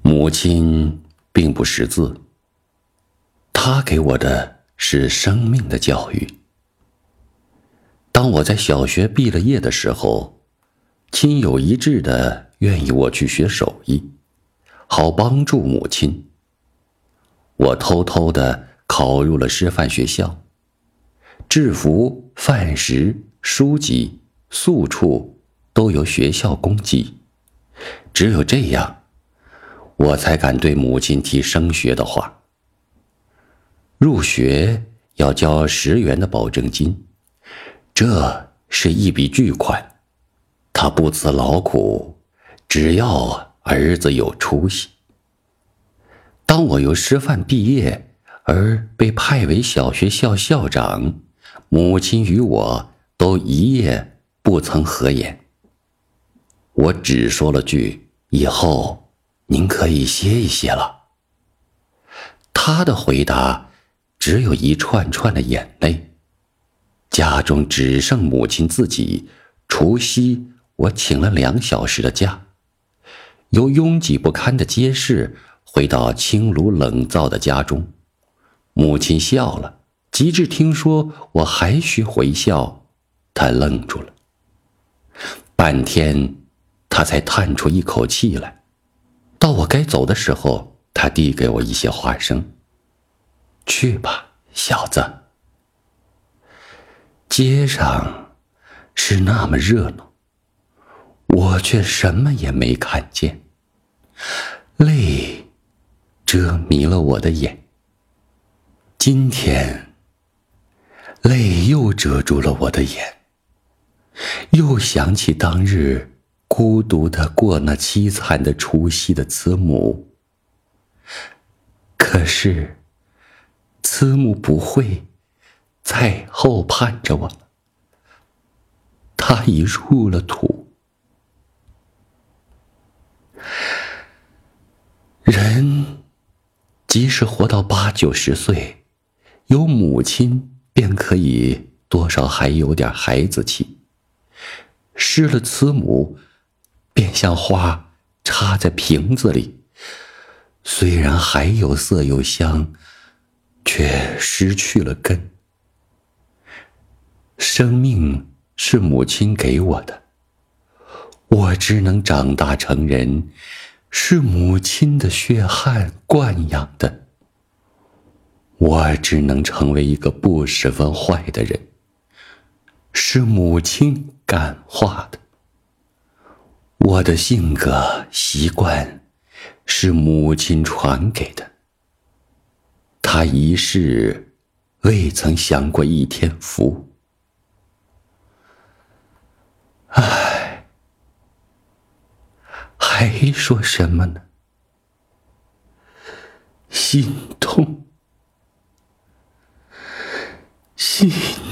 母亲并不识字，她给我的是生命的教育。当我在小学毕了业的时候，亲友一致的愿意我去学手艺，好帮助母亲。我偷偷的考入了师范学校，制服、饭食、书籍、宿处都由学校供给。只有这样，我才敢对母亲提升学的话。入学要交10元的保证金，这是一笔巨款，他不辞劳苦，只要儿子有出息。当我由师范毕业而被派为小学校校长，母亲与我都一夜不曾合眼。我只说了句：以后您可以歇一歇了。他的回答只有一串串的眼泪。家中只剩母亲自己，除夕我请了2小时的假，由拥挤不堪的街市回到清炉冷灶的家中。母亲笑了，及至听说我还需回校，她愣住了。半天她才叹出一口气来。到我该走的时候，她递给我一些花生：去吧，小子。街上是那么热闹，我却什么也没看见，泪遮迷了我的眼。今天泪又遮住了我的眼，又想起当日孤独地过那凄惨的除夕的慈母。可是慈母不会再后盼着我了，他已入了土。人即使活到80、90岁，有母亲便可以多少还有点孩子气。失了慈母，便像花插在瓶子里，虽然还有色有香，却失去了根。生命是母亲给我的，我只能长大成人，是母亲的血汗惯养的。我只能成为一个不十分坏的人，是母亲感化的。我的性格习惯是母亲传给的，她一世未曾享过一天福。唉，还说什么呢？心痛，心